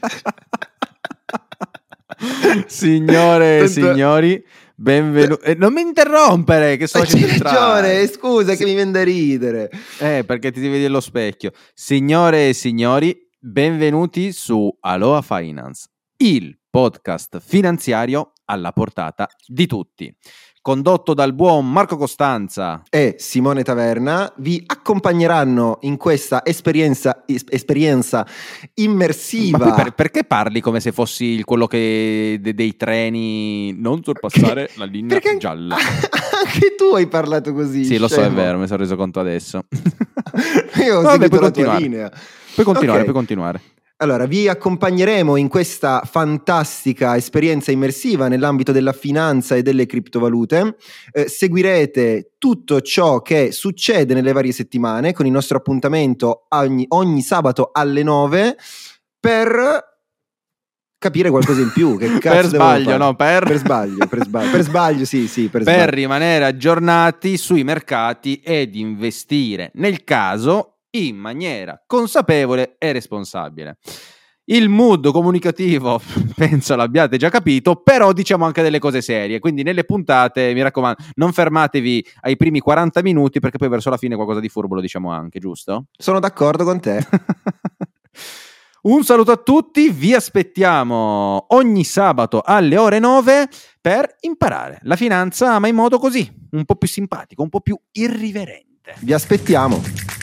Signore e signori, benvenuti. Non mi interrompere, che sto facendo ragione, scusa, che mi viene da ridere. Perché ti vedi allo specchio. Signore e signori, benvenuti su Aloha Finance, il podcast finanziario alla portata di tutti. Condotto dal buon Marco Costanza e Simone Taverna, vi accompagneranno in questa esperienza immersiva. Ma poi perché parli come se fossi quello che dei treni, non sorpassare la linea gialla? Anche tu hai parlato così. Sì, lo so, è vero, mi sono reso conto adesso. Io ho seguito la tua linea. Puoi continuare. Allora, vi accompagneremo in questa fantastica esperienza immersiva nell'ambito della finanza e delle criptovalute. Seguirete tutto ciò che succede nelle varie settimane con il nostro appuntamento ogni sabato alle 9 per capire qualcosa in più. Che cazzo per sbaglio, sì. Per rimanere aggiornati sui mercati ed investire, nel caso, in maniera consapevole e responsabile. Il mood comunicativo penso l'abbiate già capito, però diciamo anche delle cose serie, quindi nelle puntate, mi raccomando, non fermatevi ai primi 40 minuti perché poi verso la fine qualcosa di furbo lo diciamo anche, giusto? Sono d'accordo con te. Un saluto a tutti, vi aspettiamo ogni sabato alle ore 9 per imparare la finanza, ma in modo così, un po' più simpatico, un po' più irriverente. Vi aspettiamo.